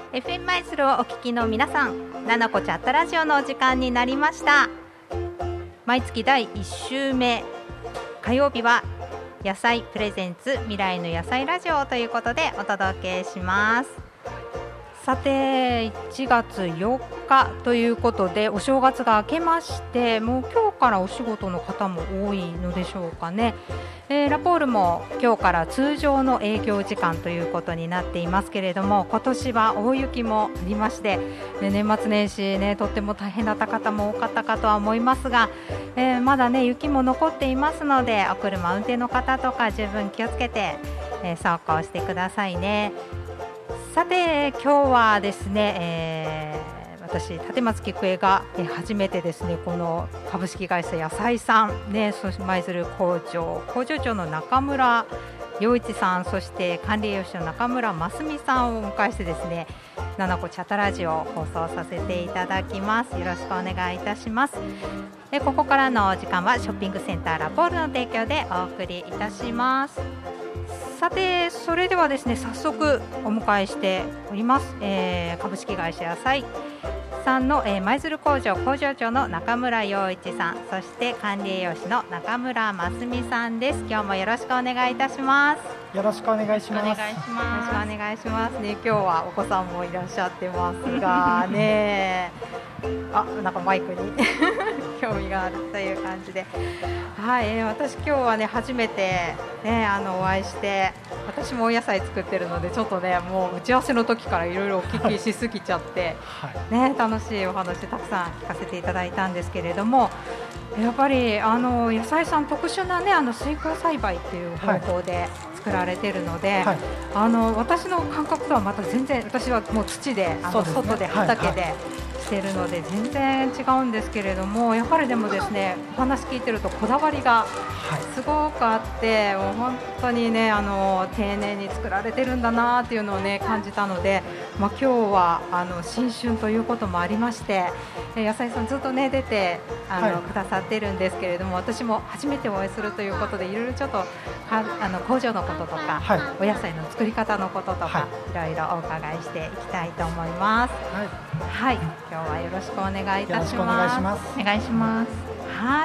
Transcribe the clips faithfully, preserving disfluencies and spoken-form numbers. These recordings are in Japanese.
エフエム 舞鶴をお聞きの皆さん、ななこチャットラジオのお時間になりました。毎月だいいっ週目火曜日は野菜プレゼンツ未来の野菜ラジオということでお届けします。さていちがつよっかということでお正月が明けまして、もう今日からお仕事の方も多いのでしょうかね。えー、ラポールも今日から通常の営業時間ということになっていますけれども、今年は大雪もありまして、ね、年末年始ねとっても大変だった方も多かったかとは思いますが、えー、まだね雪も残っていますので、お車運転の方とか十分気をつけて、えー、走行してくださいね。さて今日はですね、えー、私立松菊江が、えー、初めてですねこの株式会社野菜さんね、そして舞鶴工場工場長の中村洋一さん、そして管理栄養士の中村真澄さんをお迎えしてですね、ななこチャタラジオを放送させていただきます。よろしくお願いいたします。でここからの時間はショッピングセンターラポールの提供でお送りいたします。さてそれではですね早速お迎えしております、えー、株式会社野菜さんの、えー、舞鶴工場工場長の中村洋一さん、そして管理栄養士の中村真澄さんです。今日もよろしくお願いいたします。 よろしくお願いします。 お願いします。よろしくお願いしますね。今日はお子さんもいらっしゃってますがねあ、なんかマイクに興味があるという感じで、はい、えー、私今日はね初めてねあのお会いして、私もお野菜作ってるのでちょっとねもう打ち合わせの時からいろいろお聞きしすぎちゃって、はいね、楽しいお話たくさん聞かせていただいたんですけれども、やっぱりあの野菜さん特殊なねあの水耕栽培っていう方法で作られてるので、はい、あの私の感覚とはまた全然、私はもう土であの、ね、外で畑で、はいはいしているので全然違うんですけれども、やはりでもですねお話聞いてるとこだわりがすごくあって、もう本当にねあの丁寧に作られてるんだなっていうのをね感じたので、まあ、今日はあの新春ということもありまして、野菜さんずっとね出てあの、はい、くださってるんですけれども、私も初めてお会いするということでいろいろちょっとあの工場のこととか、はい、お野菜の作り方のこととか、はい、いろいろお伺いしていきたいと思います。はい、はい、今日はよろしくお願いいたします。よろしくお願いします。お願いします。はい。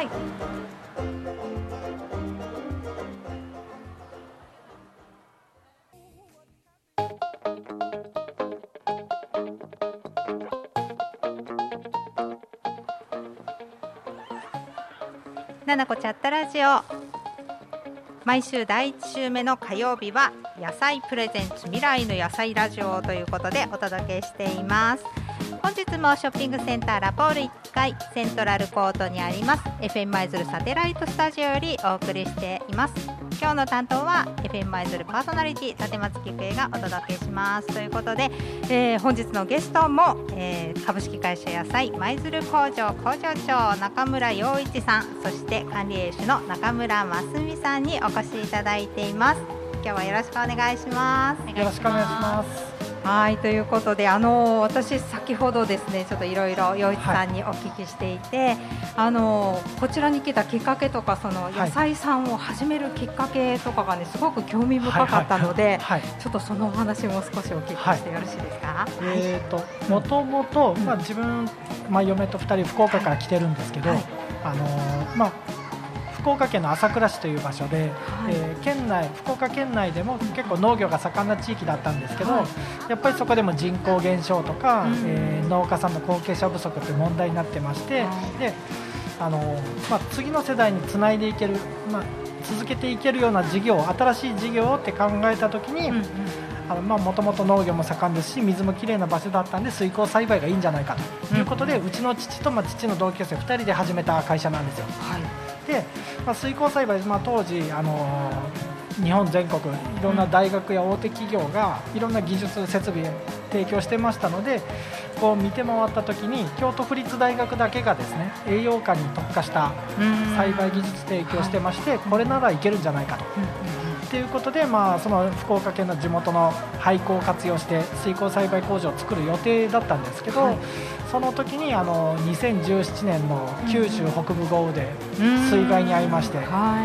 ななこチャットラジオ、毎週だいいち週目の火曜日は野菜プレゼンツ未来の野菜ラジオということでお届けしています。本日もショッピングセンターラポールいっかいセントラルコートにあります エフエム 舞鶴サテライトスタジオよりお送りしています。今日の担当は エフエム 舞鶴パーソナリティ立松菊江がお届けしますということで、えー、本日のゲストも、えー、株式会社野菜舞鶴工場工場長中村洋一さん、そして管理栄養士の中村真澄さんにお越しいただいています。今日はよろしくお願いします。 よろしくお願いします。 はい、ということで、あの私先ほどですねちょっといろいろ洋一さんにお聞きしていて、はい、あのこちらに来たきっかけとか、その野菜さんを始めるきっかけとかがねすごく興味深かったので、ちょっとそのお話も少しお聞きしてよろしいですか。はい、 えーともともと、まあ、自分、まあ、嫁とふたり福岡から来てるんですけど、はい、あのまあ福岡県の朝倉市という場所で、はい、えー、県内福岡県内でも結構農業が盛んな地域だったんですけど、はい、やっぱりそこでも人口減少とか、うん、えー、農家さんの後継者不足って問題になってまして、はい、であの、まあ、次の世代につないでいける、まあ、続けていけるような事業、新しい事業って考えたときに、うんうん、あのまあ、もともと農業も盛んですし水もきれいな場所だったんで水耕栽培がいいんじゃないかということで、うんうん、うちの父と、まあ、父の同級生ふたりで始めた会社なんですよ。はい、でまあ、水耕栽培、まあ、当時、あのー、日本全国いろんな大学や大手企業がいろんな技術設備を提供してましたので、こう見て回った時に京都府立大学だけがですね栄養価に特化した栽培技術提供してまして、これならいけるんじゃないかと、ということで、まあ、その福岡県の地元の廃校を活用して水耕栽培工場を作る予定だったんですけど、はい、その時にあのにせんじゅうななねんの九州北部豪雨で水害に遭いまして、はい、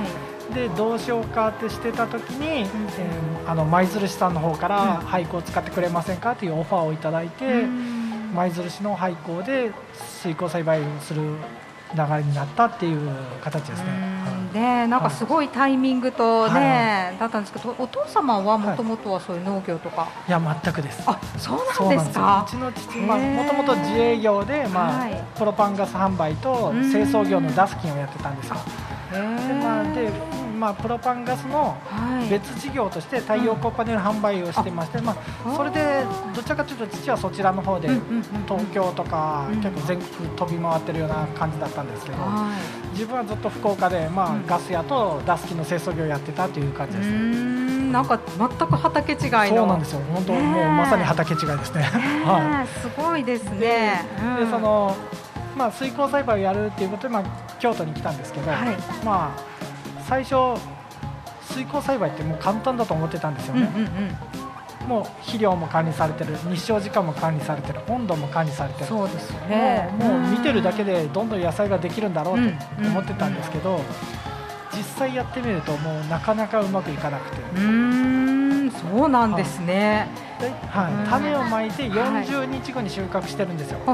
でどうしようかってしてた時に、うんえー、あの舞鶴市さんの方から廃校を使ってくれませんかというオファーをいただいて、舞鶴市の廃校で水耕栽培をする流れになったっていう形ですね。 でなんかすごいタイミングとね、はいはい、だったんですけど、お父様はもともとはそういう農業とか、はい、 いや全くです。 あ、そうなんですか。 うちの父はもともと自営業で、まあはい、プロパンガス販売と清掃業のダスキンをやってたんですよ。でまあでまあ、プロパンガスの別事業として太陽光パネル販売をしてまして、まあ、それでどちらかというと父はそちらの方で東京とか結構全国飛び回ってるような感じだったんですけど、自分はずっと福岡で、まあ、ガス屋とダスキンの清掃業をやってたという感じです。うーん、なんか全く畑違いの。 そうなんですよ。本当、もうまさに畑違いですね。 はい、すごいですね。 で、うん、でそのまあ、水耕栽培をやるっていうことで、まあ、京都に来たんですけど、はい、まあ最初水耕栽培ってもう簡単だと思ってたんですよね。うんうんうん、もう肥料も管理されてる、日照時間も管理されてる、温度も管理されてる。 そうですよね。 もう、もう見てるだけでどんどん野菜ができるんだろうと思ってたんですけど、うんうんうん、実際やってみるともうなかなかうまくいかなくて。 うーん、そうなんですね。 はい、はい、種をまいてよんじゅうにちごに収穫してるんですよ。はい、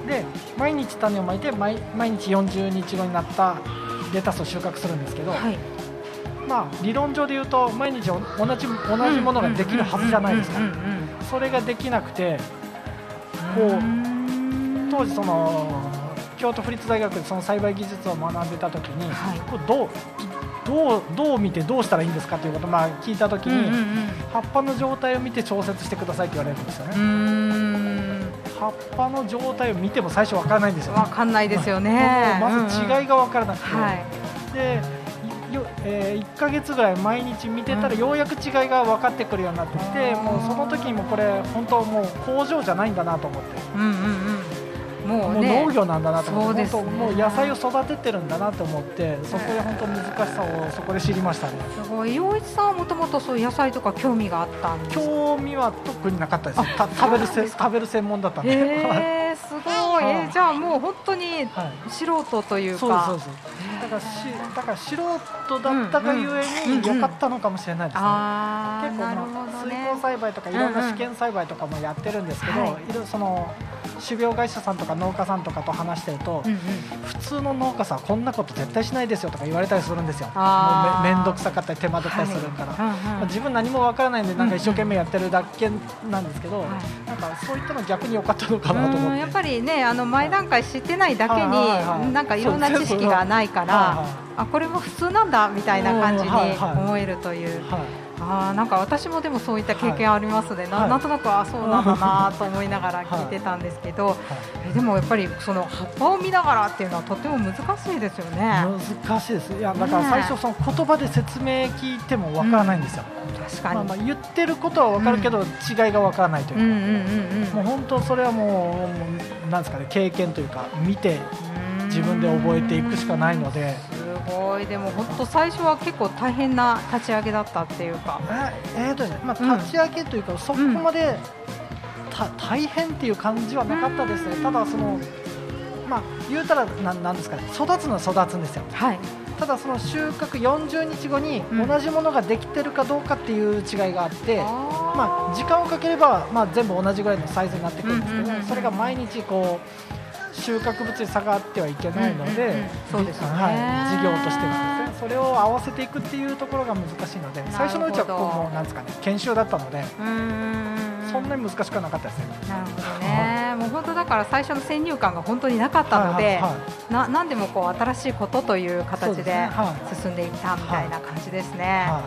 で毎日種をまいて 毎, 毎日よんじゅうにちごになったレタスを収穫するんですけど、はい、まあ、理論上で言うと毎日同じ、同じものができるはずじゃないですか。それができなくて、こう当時その京都府立大学でその栽培技術を学んでた時に、はい、こうどうどうどう見てどうしたらいいんですかということをまあ聞いた時に、うんうんうん、葉っぱの状態を見て調節してくださいって言われるんですよね。うーん、葉っぱの状態を見ても最初分からないんですよね。 分かんないですよね。 まず違いが分からなくて、うんうん、はい、でよ、えー、いっかげつぐらい毎日見てたらようやく違いが分かってくるようになってきて、うん、もうその時にもこれ本当もう工場じゃないんだなと思って、うんうんうん、もうね、もう農業なんだなと思って、そうですね、もう野菜を育ててるんだなと思って、そこで本当難しさをそこで知りましたね。 すごい。陽一さんはもともとそういう野菜とか興味があったんですか？ 興味は特になかったです。た食べるせ食べる専門だったんで。 へー、すごい。えー、じゃあもう本当に素人というか、はい、そうそうそう、 だからしだから素人だったがゆえに良かったのかもしれないですね。あ、結構、まあ、水耕栽培とかいろんな試験栽培とかもやってるんですけど、うんうん、いろその種苗会社さんとか農家さんとかと話してると、うんうん、普通の農家さんはこんなこと絶対しないですよとか言われたりするんですよ。もう め, めんどくさかったり手間取ったりするから、はい、うんうん、自分何もわからないんでなんか一生懸命やってるだけなんですけど、うんうん、なんかそういったの逆に良かったのかなと思って。 やっぱりね、あの前段階知ってないだけに、はいはいはい、なんかいろんな知識がないから、はいはい、あ、これも普通なんだみたいな感じに思えるという、はいはい、あ、なんか私もでもそういった経験ありますね。はい、な, なんとなくあそうなんだなと思いながら聞いてたんですけど、はいはい、えでもやっぱりその葉っぱを見ながらっていうのはとても難しいですよね。 難しいです。いやだから最初その言葉で説明聞いてもわからないんですよ。 うん、確かに、 まあ、まあ言ってることはわかるけど、うん、違いがわからないというか、もう本当それはもうなんですかね、経験というか見て自分で覚えていくしかないので。 すごい。でも本当最初は結構大変な立ち上げだったっていうか、 えーとね、まあ、立ち上げというか、うん、そこまで、た大変っていう感じはなかったですね。ただその、まあ、言うたらななんですかね、育つのは育つんですよ。はい、ただその収穫よんじゅうにちごに同じものができてるかどうかっていう違いがあって、うん、まあ、時間をかければ、まあ、全部同じぐらいのサイズになってくるんですけど、うんうんうんうん、それが毎日こう収穫物に差があってはいけないので、うんうんうん、そうですよね、はい、事業としてはですね、それを合わせていくっていうところが難しいので、最初のうちはこうもうなんですかね、研修だったので、うーん、そんなに難しくはなかったですね。 なるほどね。もう本当だから最初の先入観が本当になかったので、はいはいはい、な何でもこう新しいことという形で進んでいったみたいな感じですね。はい、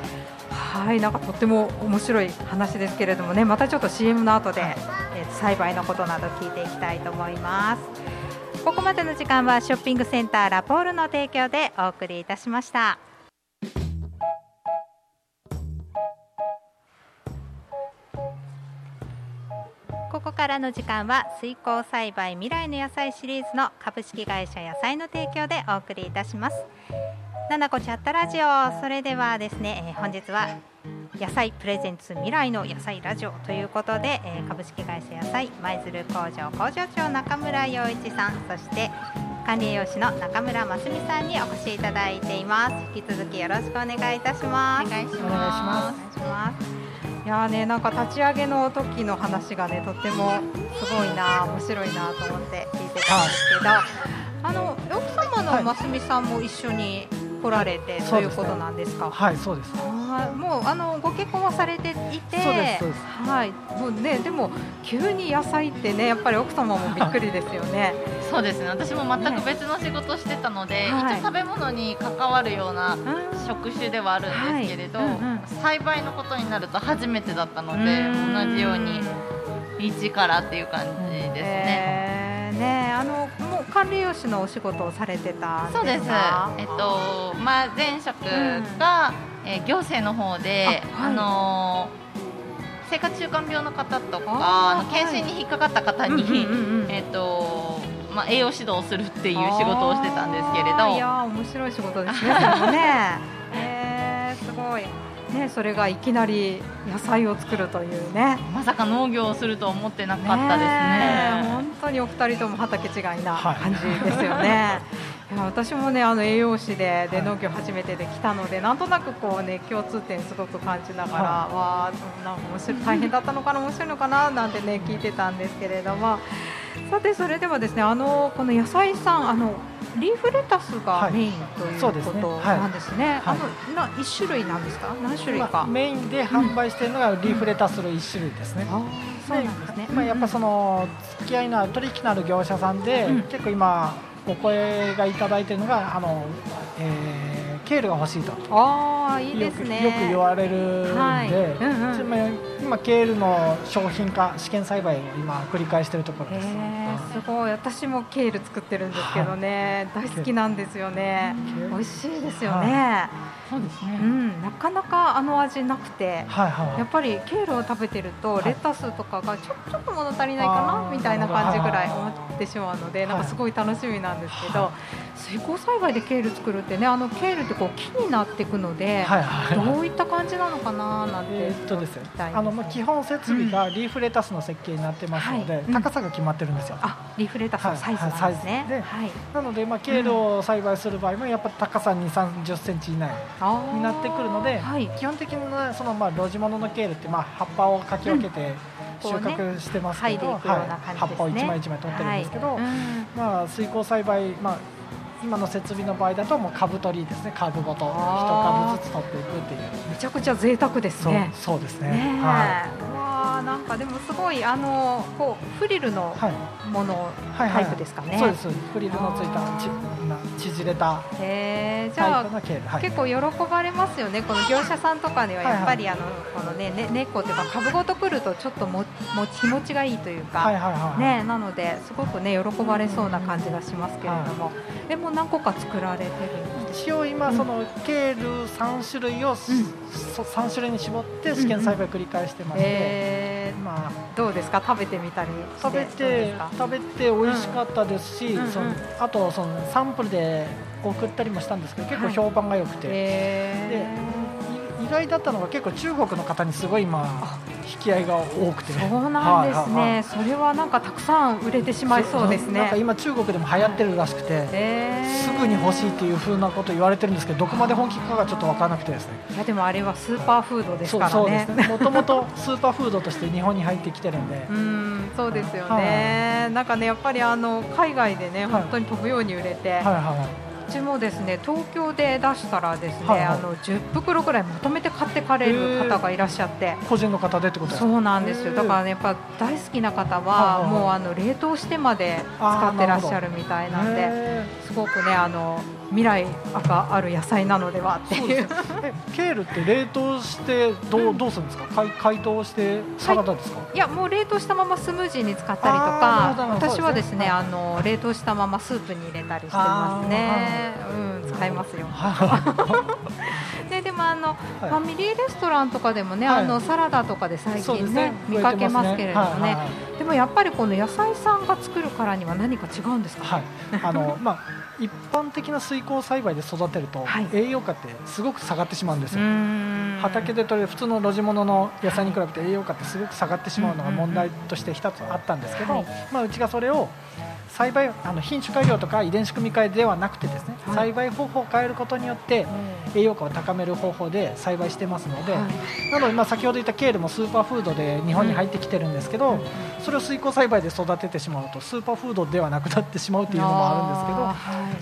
はい、なんかとっても面白い話ですけれどもね、またちょっと シーエム の後で、はい、えー、栽培のことなど聞いていきたいと思います。ここまでの時間はショッピングセンターラポールの提供でお送りいたしました。ここからの時間は水耕栽培未来の野菜シリーズの株式会社野菜の提供でお送りいたします。ななこチャットラジオ、それではですね、えー、本日は野菜プレゼンツ未来の野菜ラジオということで、えー、株式会社野菜舞鶴工場工場長中村陽一さん、そして管理栄養士の中村真澄さんにお越しいただいています。引き続きよろしくお願いいたします。 お願いします。 お願いします。 お願いします。いやーね、なんか立ち上げの時の話がね、とってもすごいな、面白いなと思って聞いてたんですけど、はい、あの奥様の真澄さんも一緒に来られて、はい、ということなんですか。 はい、そうです。 もうあのご結婚はされていて、 そうですそうです。 はい、もうね、でも急に野菜ってね、やっぱり奥様もびっくりですよね。 そうですね、私も全く別の仕事をしてたので、ね、はい、一応食べ物に関わるような職種ではあるんですけれど、はい、うんうん、栽培のことになると初めてだったので、同じように一からっていう感じですね。 えー、ね、あのもう管理栄養士のお仕事をされてたんですか。 そうです。えっとまあ、前職が、うん、えー、行政の方で、あ、はい、あのー、生活習慣病の方とか、あの検診に引っかかった方に、えっとまあ、栄養指導をするっていう仕事をしてたんですけれど、 いや面白い仕事ですね。それもね、えー、すごいね、それがいきなり野菜を作るというね、 まさか農業をすると思ってなかったですね。 本当にお二人とも畑違いな感じですよね。はい、いや私もね、あの栄養士で、で農業初めてで来たので、なんとなくこうね、共通点すごく感じながら、はい、わあ、なんか面白い、大変だったのかな、面白いのかななんてね聞いてたんですけれども、さてそれではですね、あのこの野菜さん、あのリーフレタスがメインということなんですね。あのな一種類なんですか、何種類か。 まあ、メインで販売しているのがリーフレタスの一種類ですね。 うん、あ、そうなんですね。 まあ、やっぱその付き合いのある取引のある業者さんで、うん、結構今お声がいただいているのが、あの、えー、ケールが欲しいと。 ああ、いいですね。 よく、よく言われるんで、はい、うんうん、今ケールの商品化、試験栽培を今繰り返しているところです。 すごい、私もケール作ってるんですけどね、はい、大好きなんですよね。美味しいですよね。はい、 そうですね、 うん、なかなかあの味なくて、 はいはい、 やっぱりケールを食べてると、レタスとかがちょ、ちょっと物足りないかなみたいな感じぐらい思ってしまうので、なんかすごい楽しみなんですけど、はい、水耕栽培でケール作るってね、あのケールってこう木になっていくので、はいはいはい、どういった感じなのかななんて、 えー、っとですよ、あのまあ基本設備がリーフレタスの設計になってますので、うん、高さが決まってるんですよ。 あ、リーフレタスのサイズなんですね。 はいはい、なので、まあ、ケールを栽培する場合もやっぱ高さに、さんじゅっセンチ以内になってくるので、はい、基本的なそのまあ露地物のケールって、まあ葉っぱをかき分けて収穫してますけど、うん、ね、はい、葉っぱを一枚一枚取ってるんですけど、はい、うん、まあ、水耕栽培、まあ、今の設備の場合だともう株取りですね、株ごと一株ずつ取っていくっていう、 めちゃくちゃ贅沢ですね。 そう、そうですね。 ね、はい、うわ、なんかでもすごい、あのこうフリルのもの、はい、タイプですかね。 そうです。フリルのついたち縮れたタイプのケール、はい、 結構喜ばれますよね。この業者さんとかにはやっぱり、あのこのね、ね、根っこというか株ごとくるとちょっともも日持ちがいいというか、はいはいはい、ね、なのですごくね喜ばれそうな感じがしますけれども、はい、でも何個か作られてるんです。 一応今、うん、そのケールさん種類を、うん、さん種類に絞って試験栽培を繰り返してまして、うんうん、えー、まあ、どうですか、食べてみたりして。 食べて食べて美味しかったですし、うん、そのあとそのサンプルで送ったりもしたんですけど、結構評判が良くて、はい、で意外だったのが結構中国の方にすごい今引き合いが多くて、 そうなんですね、はいはいはい、それはなんかたくさん売れてしまいそうですね。 なんか今中国でも流行ってるらしくて、すぐに欲しいっていう風なこと言われてるんですけど、どこまで本気かがちょっと分からなくてですね。 いやでもあれはスーパーフードですからね。 そうですね、もともとスーパーフードとして日本に入ってきてるんで、 うん、そうですよね、はい、なんかねやっぱりあの海外でね、はい、本当に飛ぶように売れて、はいはいはい、うちもですね東京で出したらですね、はいはい、あのじゅっぷくろくらいまとめて買ってかれる方がいらっしゃって、 個人の方でってことですか。 そうなんですよ。だからねやっぱ大好きな方は、はいはいはい、もうあの冷凍してまで使ってらっしゃるみたいなんで、すごくねあの未来がある野菜なのではっていう。 えケールって冷凍してどう、どうするんですか。解解凍してサラダですか。 いやもう冷凍したままスムージーに使ったりとか、私はですね、あの冷凍したままスープに入れたりしてますね。うん、使いますよ。ででもあの、はい、ファミリーレストランとかでもね、はい、あのサラダとかで最近 ね, ね見かけますけれどもね、はいはいはい、でもやっぱりこの野菜さんが作るからには何か違うんですか、 はい、あのまあ一般的な水耕栽培で育てると、はい、栄養価ってすごく下がってしまうんですよ。畑で採れる普通の露地物の野菜に比べて栄養価ってすごく下がってしまうのが問題として一つあったんですけど、はい、まあ、うちがそれを栽培あの品種改良とか遺伝子組み換えではなくてですね、 はい、 栽培方法を変えることによって栄養価を高める方法で栽培してますので、はい、なのでまあ先ほど言ったケールもスーパーフードで日本に入ってきてるんですけど、うん、それを水耕栽培で育ててしまうとスーパーフードではなくなってしまうというのもあるんですけど、はい、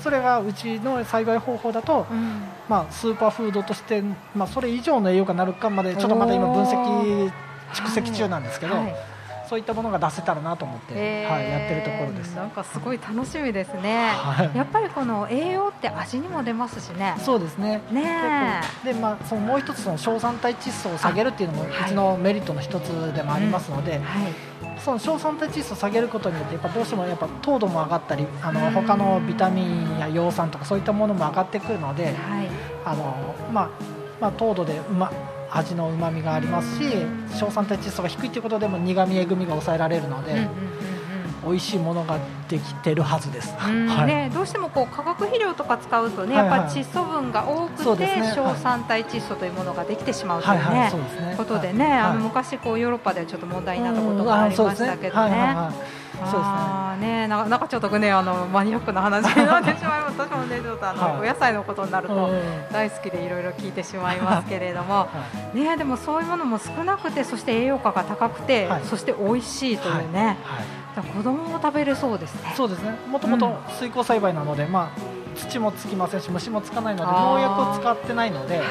それがうちの栽培方法だと、うん、まあ、スーパーフードとして、まあ、それ以上の栄養価になるかまでちょっとまだ今分析蓄積中なんですけど、はいはい、そういったものが出せたらなと思って、はい、やってるところです。 なんかすごい楽しみですね、はい、やっぱりこの栄養って味にも出ますしね。 そうですね。 ねで、まあ、そのもう一つその硝酸体窒素を下げるっていうのもうちのメリットの一つでもありますので、はい、うん、はい、その硝酸体窒素を下げることによってやっぱどうしてもやっぱ糖度も上がったり、あの他のビタミンや葉酸とかそういったものも上がってくるので、はい、あのまあまあ、糖度でうま味のうまみがありますし、硝酸体窒素が低いということでも苦みえぐみが抑えられるので、うんうんうんうん、美味しいものができてるはずです、 はい、ね、どうしてもこう化学肥料とか使うとね、はいはい、やっぱり窒素分が多くて、ね、硝酸体窒素というものができてしまうというね、はいはい、そうですね、ことでね、はい、あの昔こうヨーロッパではちょっと問題になったことがありましたけどね。そうですね。なんかちょっとね、あのマニアックな話になってしまいます。私もね、ちょっとあの、はい、お野菜のことになると大好きでいろいろ聞いてしまいますけれども、はい、ね、でもそういうものも少なくて、そして栄養価が高くて、はい、そして美味しいというね、はいはい、子供も食べれそうですね。 そうですね。もともと水耕栽培なので、うん、まあ土もつきませんし、虫もつかないので、農薬を使ってないので。はい、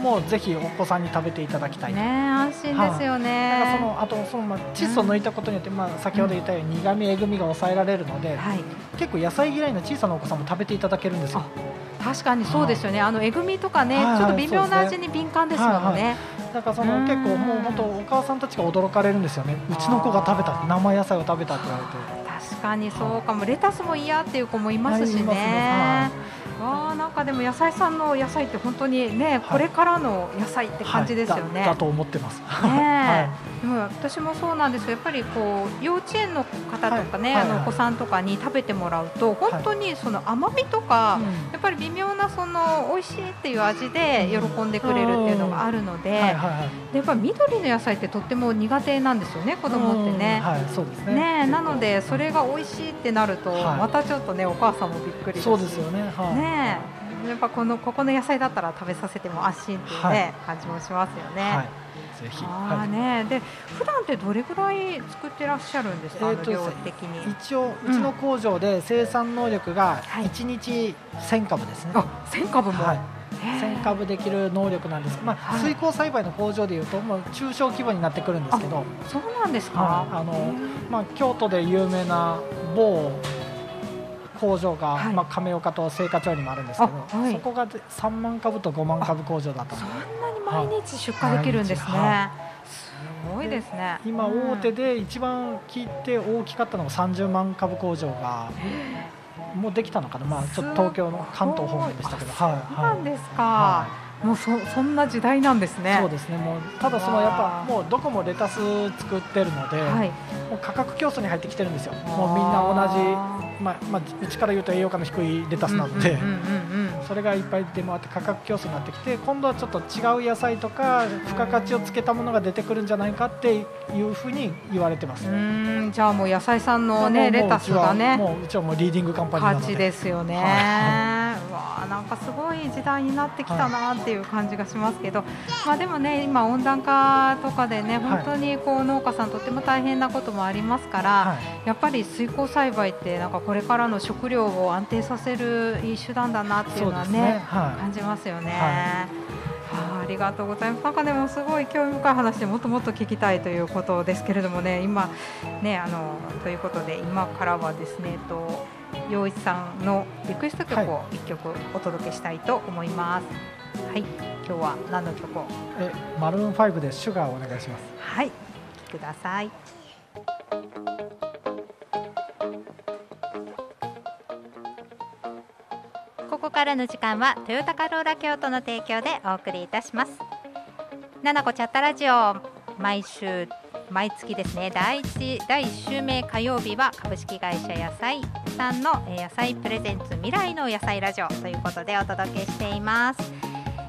もうぜひお子さんに食べていただきたい、 ね、安心ですよね。 はあ、そのあとその、まあ、窒素を抜いたことによって、うん、まあ、先ほど言ったように苦みえぐみが抑えられるので、はい、結構野菜嫌いの小さなお子さんも食べていただけるんですよ。 確かにそうですよね。あのえぐみとかね、はいはい、ちょっと微妙な味に敏感ですよね。はいはい、 だからその結構もう本当お母さんたちが驚かれるんですよね。うちの子が食べた生野菜を食べたって言われて。 確かにそうかも。レタスも嫌っていう子もいますしね。あ、なんかでも野菜さんの野菜って本当にね、はい、これからの野菜って感じですよね。 はい、だ, だと思ってます。ね、 はい、でも私もそうなんですけど、やっぱりこう幼稚園の方とかね、はいはいはい、あのお子さんとかに食べてもらうと本当にその甘みとか、はい、やっぱり微妙なその美味しいっていう味で喜んでくれるっていうのがあるので、はいはいはい、でやっぱり緑の野菜ってとっても苦手なんですよね、子供ってね。 はい、そうですね。 ね、なのでそれが美味しいってなると、はい、またちょっとねお母さんもびっくりですし。 そうですよね。はい、ね、 やっぱこのここの野菜だったら食べさせても安心っていうね、はい、感じもしますよね。はい、 ぜひ。 あ、ね、はい、で普段ってどれぐらい作ってらっしゃるんですか、えー、量的に。 一応うちの工場で生産能力がいちにちせんかぶですね。 あ、せんかぶも。はい、 せんかぶできる能力なんです、まあ、はい、水耕栽培の工場でいうともう中小規模になってくるんですけど。 そうなんですか。 はい、あのまあ、京都で有名な某工場が、はい、まあ、亀岡と青果町にもあるんですけど、はい、そこがさんまんかぶとごまんかぶ工場だったので。 そんなに毎日出荷できるんですね。はい、すごいですね。 今大手で一番聞いて大きかったのがさんじゅうまんかぶ工場がもうできたのかな、まあ、ちょっと東京の関東方面でしたけど。 そうなんですか。はい、もう そ, そんな時代なんですね。 そうですね。もうただそのやっぱもうどこもレタス作ってるので、はい、もう価格競争に入ってきてるんですよ。もうみんな同じ、まあまあ、うちから言うと栄養価の低いレタスなので、それがいっぱい出回って価格競争になってきて、今度はちょっと違う野菜とか付加価値をつけたものが出てくるんじゃないかっていうふうに言われてます。 うーん、じゃあもう野菜さんの、ね、レタスがね、 もううちはもうリーディングカンパニーなので価値ですよね。はい、うわ、なんかすごい時代になってきたなっていう感じがしますけど、はい、まあ、でもね今温暖化とかでね本当にこう農家さんとっても大変なこともありますから、はい、やっぱり水耕栽培ってなんかこれからの食料を安定させるいい手段だなっていうのは ね, ね、はい、感じますよね。はい、はあ、ありがとうございます。なんかでもすごい興味深い話でもっともっと聞きたいということですけれどもね、今ね、あのということで今からはですねと陽一さんのリクエスト曲をいっきょくお届けしたいと思います。はい、今日は何の曲を？ えマルーンファイブでシュガーをお願いします。 はい、聴きください。ここからの時間はトヨタカローラ京都の提供でお送りいたします。ななこチャットラジオ、毎週毎月ですね、第一だいいっ週目火曜日は株式会社野菜さんの野菜プレゼンツ未来の野菜ラジオということでお届けしています。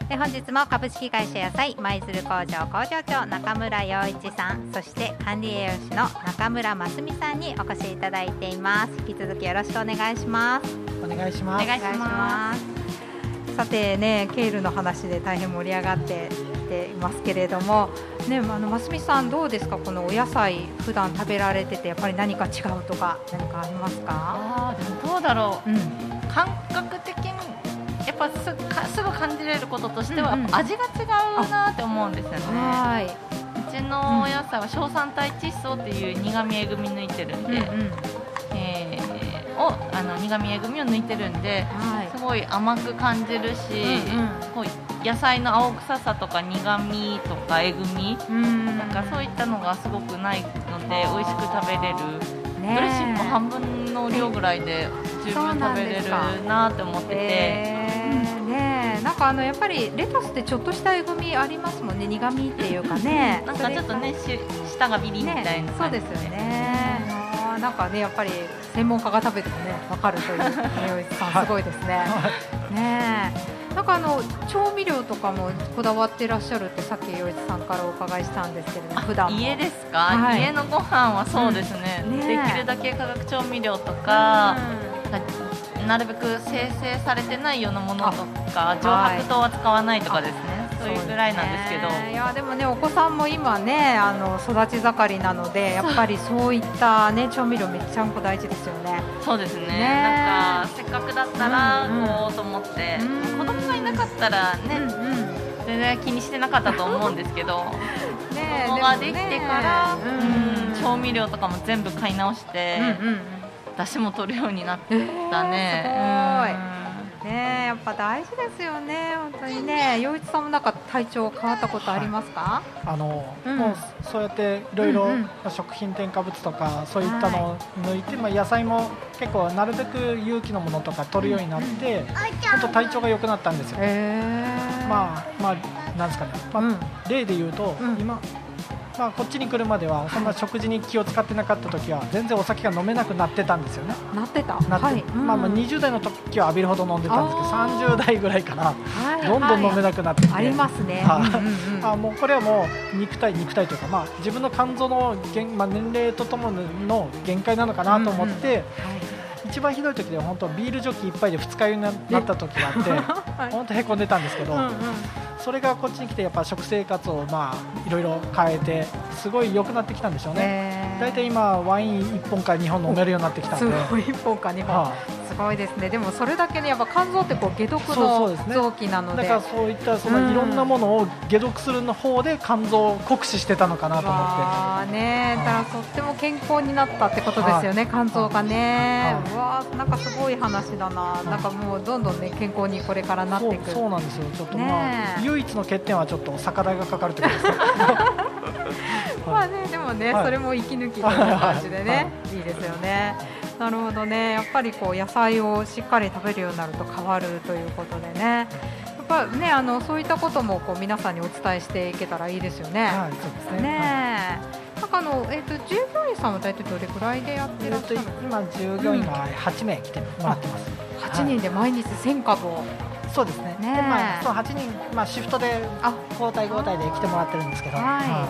え本日も株式会社野菜舞鶴工場工場長中村洋一さん、そして管理栄養士の中村真澄さんにお越しいただいています。引き続きよろしくお願いします。 お願いします。 お願いします。 さてね、ケールの話で大変盛り上がってきていますけれども、ね、あの真澄さんどうですか、このお野菜普段食べられててやっぱり何か違うとか何かありますか？ あでもどうだろう、 うん、 感覚的にやっぱすぐかすぐ感じれることとしては、 うんうん、 味が違うなって思うんですよね。 はい、 うちのお野菜は硝酸体窒素っていう苦味えぐみ抜いてるんで、 うんうん、 えー、をあの苦味えぐみを抜いてるんで、 はい、 すごい甘く感じるし、うんうん、こう野菜の青臭さとか苦味とかえぐみ、うん、なんかそういったのがすごくないので美味しく食べれる、ね、ドレッシングも半分の量ぐらいで十分食べれるなって思ってて、 えーね、なんかあのやっぱりレタスってちょっとしたえぐみありますもんね、苦味っていうかねなんかちょっとねし舌がビリみたいな感じで、ね、 そうですよね、うん、なんかねやっぱり専門家が食べてもね分かるという洋一さんすごいですね、はい、ねえ、なんかあの調味料とかもこだわってらっしゃるってさっき洋一さんからお伺いしたんですけれども、普段も家ですか、 はい、 家のご飯はそうですね、うん、ね、できるだけ化学調味料とか、うん、なるべく生成されてないようなものとか上白糖は使わないとかですね、はい、そういうぐらいなんですけど、 ね、いやでもねお子さんも今ねあの育ち盛りなのでやっぱりそういったね調味料めっちゃんこ大事ですよね。 そうです ね, ねなんかせっかくだったらこうと思って、うんうん、子供がいなかったらね、うんうん、全然気にしてなかったと思うんですけどね、子供ができてから、ね、うんうん、調味料とかも全部買い直して、うんうん、出汁も取るようになったね、 えー、すごい、うんね、やっぱ大事ですよね、本当にね。洋一さんもなんか体調変わったことありますか？ はい、あの、うん、もうそうやっていろいろ食品添加物とかそういったのを抜いて、はい、まあ、野菜も結構なるべく有機のものとか取るようになって、うん、本当体調が良くなったんですよ。まあまあなんですかね、まあ、うん、例で言うと、うん、今まあ、こっちに来るまではそんな食事に気を使ってなかった時は全然お酒が飲めなくなってたんですよね。 なってたなって、はい、まあ、まあにじゅう代の時は浴びるほど飲んでたんですけどさんじゅう代ぐらいからどんどん飲めなくなってきて、 はいはい、ありますね、 うんうん、あもうこれはもう肉体肉体というか、まあ、自分の肝臓の、まあ、年齢とともの限界なのかなと思って、うんうん、はい、一番ひどい時では本当ビールジョッキいっぱいで二日酔いになった時があって、はい、本当へこんでたんですけど、うんうん、それがこっちに来てやっぱ食生活をまあいろいろ変えてすごい良くなってきたんでしょうね。だいたい今ワインいっぽんかにほん飲めるようになってきたんで、 すごいいっぽんかにほん、はあ、すごいですね。でもそれだけねやっぱ肝臓ってこう解毒の臓器なので、 だからそういったそのいろんなものを解毒するの方で肝臓を酷使してたのかなと思って、 あね、だからとっても健康になったってことですよね、肝臓がね。うわなんかすごい話だな。なんかもうどんどんね健康にこれからなっていく。 そう、そうなんですよ。ちょっとまあ唯一の欠点はちょっと酒代がかかるってことですね。 まあね、でもね、はい、それも息抜きという感じでね、はい、いいですよね。なるほどね。やっぱりこう野菜をしっかり食べるようになると変わるということでね。やっぱね、あのそういったこともこう皆さんにお伝えしていけたらいいですよね。 はい、そうですね。 ね、はい、なんかあのえっ、ー、と従業員さんは大体どれくらいでやってらっしゃるの？ 今従業員がはちめい来てもらってます。 はちにんで毎日せん株を。 そうですね。ね、でまあそのはちにん、まあシフトで交代交代で来てもらってるんですけど。はい。はい、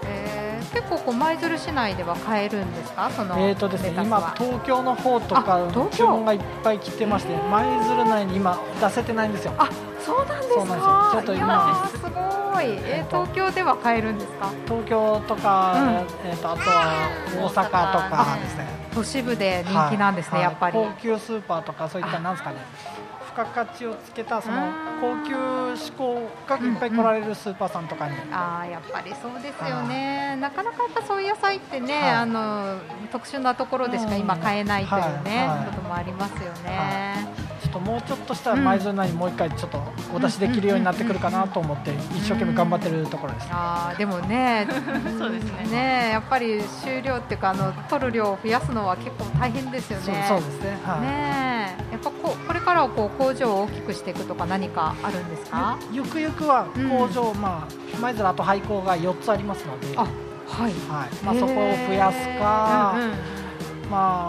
えー、結構こう舞鶴市内では買えるんですか？そのえーとですね、今東京の方とか注文がいっぱい来てまして、舞鶴内に今出せてないんですよ。 あ、そうなんですか。そうなんですよ。ちょっと今すごい。えー、東京では買えるんですか？ 東京とか、うん、えーとあとは大阪とかですね。 都市部で人気なんですね、はい、やっぱり。 高級スーパーとかそういったなんですかね。付加価値をつけたその高級志向がいっぱい来られるスーパーさんとかに、うんうん、 あやっぱりそうですよね。なかなかやっぱそういう野菜ってね、はい、あの特殊なところでしか今買えないというね、はいはい、こともありますよね。はい、ちょっともうちょっとしたら舞鶴内にもう一回ちょっとお出しできるようになってくるかなと思って一生懸命頑張ってるところです。 あでもねそうですね。 ねやっぱり収量っていうかあの取る量を増やすのは結構大変ですよね。 そう、そうですね。はい、 ねやっぱここれからはこう工場を大きくしていくとか何かあるんですか？ ゆくゆくは工場、うん、まあ舞鶴あと廃校がよっつありますので、 あはい、 はい、まあそこを増やすか、うんうん、まあ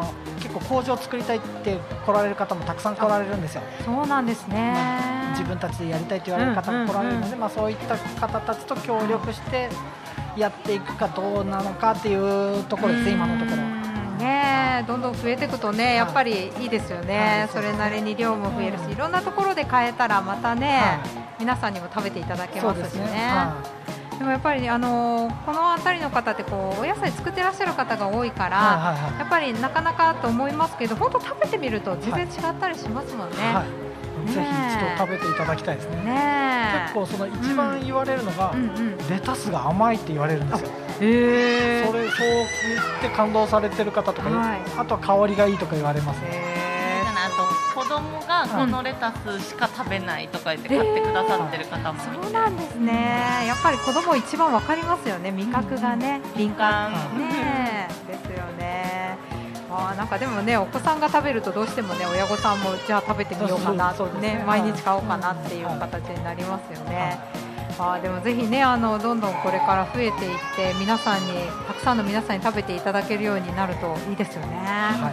結構工場を作りたいって来られる方もたくさん来られるんですよ。 そうなんですね、 まあ、自分たちでやりたいと言われる方が来られるので、うんうんうん、まあ、そういった方たちと協力してやっていくかどうなのかっていうところですね、今のところ。 ね、どんどん増えていくとね、やっぱりいいですよね、はい、それなりに量も増えるし、いろんなところで買えたらまたね、はい、皆さんにも食べていただけますしね。でもやっぱり、あのー、この辺りの方ってこうお野菜作ってらっしゃる方が多いから、はいはいはい、やっぱりなかなかと思いますけど、本当食べてみると全然違ったりしますもんね。はいはい、 ぜひ一度食べていただきたいですね。ね、結構その一番言われるのが、うんうんうん、レタスが甘いって言われるんですよ。へー、それそう言って感動されてる方とか、はい、あとは香りがいいとか言われますね。 あと子供がこのレタスしか食べないとか言って買ってくださってる方もいて、 そうなんですね。やっぱり子供一番わかりますよね、味覚がね、うん、敏感ねですよね。あ、なんかでもね、お子さんが食べるとどうしてもね、親御さんもじゃあ食べてみようかなってね、ね、毎日買おうかなっていう形になりますよね。あ、でもぜひね、あのどんどんこれから増えていって皆さんにたくさんの皆さんに食べていただけるようになるといいですよね。はい、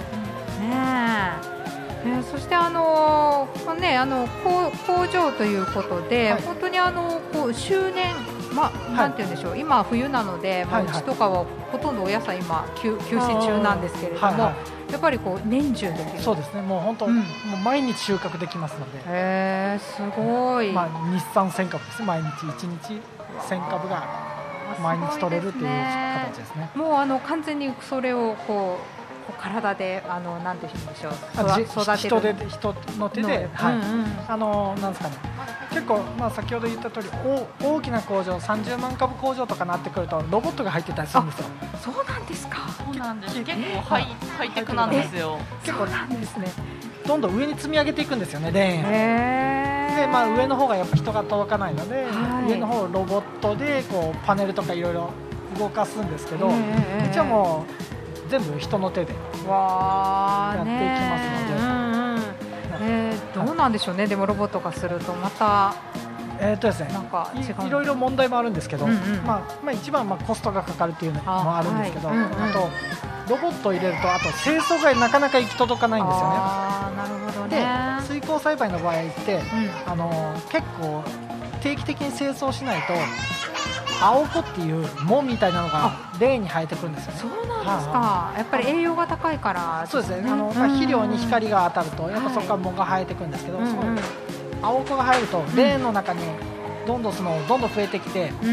ねえ。えー、そしてあのーね、あの工場ということで、はい、本当にあのこう周年、まあ、なんて言うんでしょう、はい、今冬なので、まあ、うちとかはほとんどお野菜今休休止中なんですけれども、はいはい、やっぱりこう年中できる。 そうですね、もう本当、うん、もう毎日収穫できますので。 へー、すごい。 まあ、日産せん株です、毎日いちにちせん株が毎日取れるという形ですね。 もうあの完全にそれをこう体であのなんて言うんでしょう、育てる人で人の手で、はい、うんうん、あのなんですかね、結構、まあ、先ほど言った通りお大きな工場さんじゅうまん株工場とかなってくるとロボットが入ってたりするんですよ。 そうなんですか。 そうなんです。結構ハイハイテクなんですよ。 結構なんですね。 どんどん上に積み上げていくんですよね、レーンで、まあ、上の方がやっぱ人が届かないので、はい、上の方をロボットでこうパネルとかいろいろ動かすんですけど、一応もう全部人の手でやっていきますので、うんうん、 えー、どうなんでしょうね。でもロボット化するとまた、 えーとですね、なんか違う い, いろいろ問題もあるんですけど、うんうん、まあまあ、一番まあコストがかかるっていうのもあるんですけど、あ、はい、うんうん、あとロボットを入れると、あと清掃がなかなか行き届かないんですよね。 あ、なるほどね。 で水耕栽培の場合って、うん、あの結構定期的に清掃しないと青子っていう藻みたいなのがレーンに生えてくるんですよね。 そうなんですか。はあ、やっぱり栄養が高いから、 ね、そうですね。あの、まあ、肥料に光が当たるとやっぱそこから藻が生えてくるんですけど、はい、そう青子が生えるとレーンの中にどんどんそのどんどん増えてきて、うん、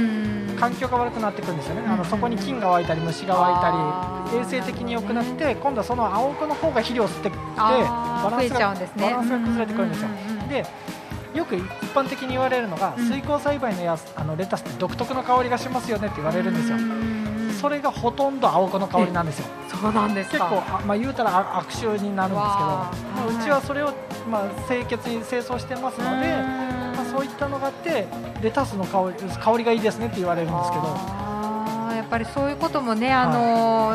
環境が悪くなってくるんですよね。あのそこに菌が湧いたり虫が湧いたり衛生的に良くなって、今度はその青子の方が肥料を吸ってきてバランスが、バランスが崩れてくるんですよ。でよく一般的に言われるのが、うん、水耕栽培のやあのレタスって独特の香りがしますよねって言われるんですよ。それがほとんど青子の香りなんですよ。 そうなんですか。 結構、まあ、言うたら悪臭になるんですけど、まあ、うちはそれを、まあ、清潔に清掃してますので、まあ、そういったのがあってレタスの香り、香りがいいですねって言われるんですけど、 あ、やっぱりそういうこともね、あのーはい、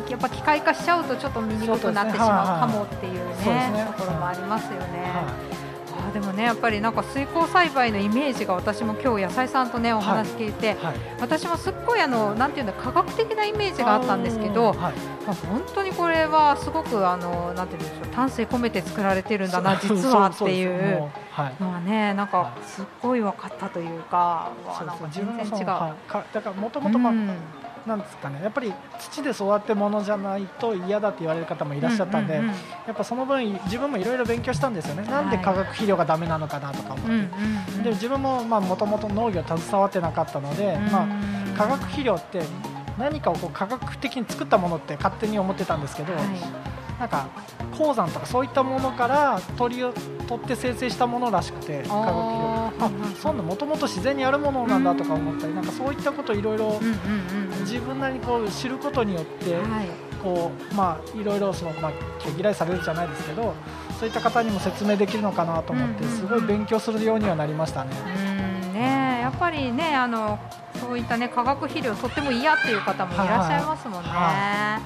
やっぱ機械化しちゃうとちょっと見にくくなってしまうかもっていうね、ところもありますよね。はい、でもね、やっぱりなんか水耕栽培のイメージが、私も今日野菜さんとねお話聞いて、はいはい、私もすっごいあのなんていうんだ、科学的なイメージがあったんですけど、はい、まあ、本当にこれはすごくあのなんていうんでしょう、丹精込めて作られてるんだな実はっていうのはね、なんかすっごい分かったというか、 そうそう、全然違う。だからもともとなんですかね、やっぱり土で育ってものじゃないと嫌だって言われる方もいらっしゃったんで、うんうんうん、やっぱその分自分もいろいろ勉強したんですよね。なんで化学肥料がダメなのかなとか思って、うんうんうん、で自分ももともと農業携わってなかったので、うん、まあ、化学肥料って何かをこう科学的に作ったものって勝手に思ってたんですけど、はい、なんか鉱山とかそういったものから取りを取って生成したものらしくて、化学肥料、あ、そんなもともと自然にあるものなんだとか思ったり、なんかそういったことをいろいろ自分なりにこう知ることによって、はい、こうまあいろいろそのまあ毛嫌いされるじゃないですけど、そういった方にも説明できるのかなと思ってすごい勉強するようにはなりましたね。 うんね、やっぱりね、あのそういったね化学肥料とっても嫌っていう方もいらっしゃいますもんね。はいはい、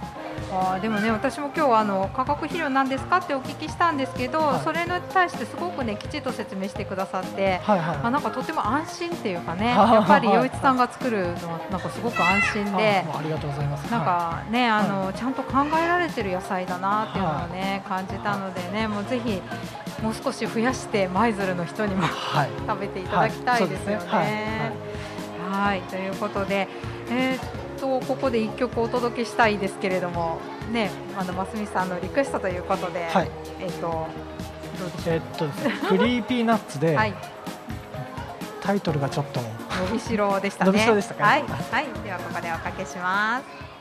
あでもね、私も今日あの化学肥料なんですかってお聞きしたんですけど、はい、それに対してすごくねきちっと説明してくださって、はいはい、まあ、なんかとても安心っていうかね、やっぱり陽一さんが作るのはなんかすごく安心で、 ありがとうございます。 なんかね、はい、あのちゃんと考えられてる野菜だなっていうのをね、はい、感じたのでね、もうぜひもう少し増やして舞鶴の人にも、はい、食べていただきたいですよね。はい、はいはい、ということで、えーとここでいっきょくお届けしたいですけれどもね、あのますみさんのリクエストということで、はい、えっ、ー、とどうでしょう。 えー、っとですね、クリーピーナッツで、はい、タイトルがちょっと伸びしろでしたね。 伸びしろでしたか、ね、 はい、はい、ではここでおかけします。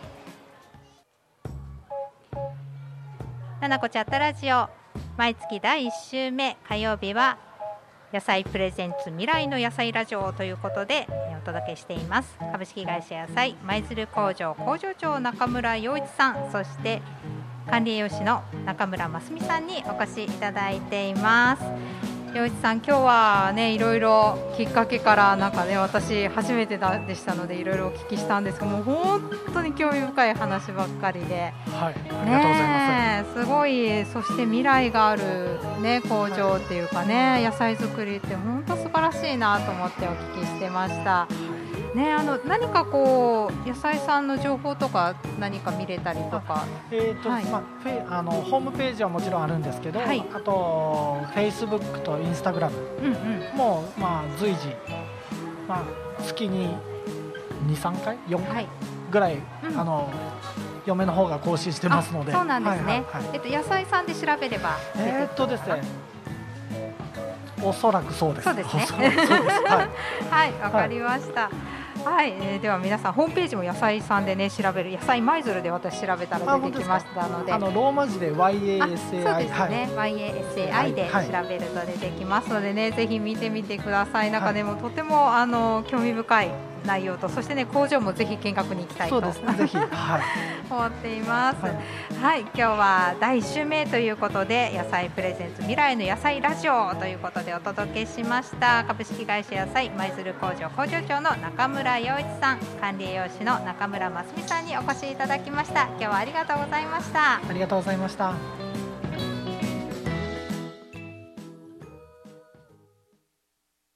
ななこチャットラジオ、毎月だいいっ週目火曜日は野菜プレゼンツ未来の野菜ラジオということでお届けしています。株式会社野菜舞鶴工場工場長中村洋一さん、そして管理栄養士の中村真澄さんにお越しいただいています。洋一さん、今日はねいろいろきっかけからなんかね、私初めてだでしたのでいろいろお聞きしたんですけども、本当に興味深い話ばっかりで、 はい、ありがとうございます。 すごい、そして未来がある、ね、工場っていうかね、野菜作りって本当素晴らしいなと思ってお聞きしてました。ね、あの何かこう野菜さんの情報とか何か見れたりとか、 えーとはいまあ、フェあのホームページはもちろんあるんですけど、はい、あとフェイスブックとインスタグラムも、うんうん、まあ、随時、まあ、月にに、さんかいよんかいぐらい、はい、あの嫁の方が更新してますので。 そうなんですね、はいはいはい、えっと、野菜さんで調べればえーとですねおそらくそうです。 そうですね。そうです。はい、はい、わかりました。はいはい、えー、では皆さんホームページも野菜さんでね調べる、野菜舞鶴で私調べたら出てきましたので、 あのローマ字で ワイエーエスエーアイ、 そうですね、はい、ワイエーエスエーアイ で調べると出てきますのでね、はい、ぜひ見てみてください。なんかね、はい、もうとてもあの興味深い内容と、そしてね工場もぜひ見学に行きたいと、 そうですね、ぜひ、はい、 思っています。はい、はい、今日はだいいっ週目ということで野菜プレゼンツ未来の野菜ラジオということでお届けしました。株式会社野菜舞鶴工場工場長の中村洋一さん、管理栄養士の中村真澄さんにお越しいただきました。今日はありがとうございました。 ありがとうございました。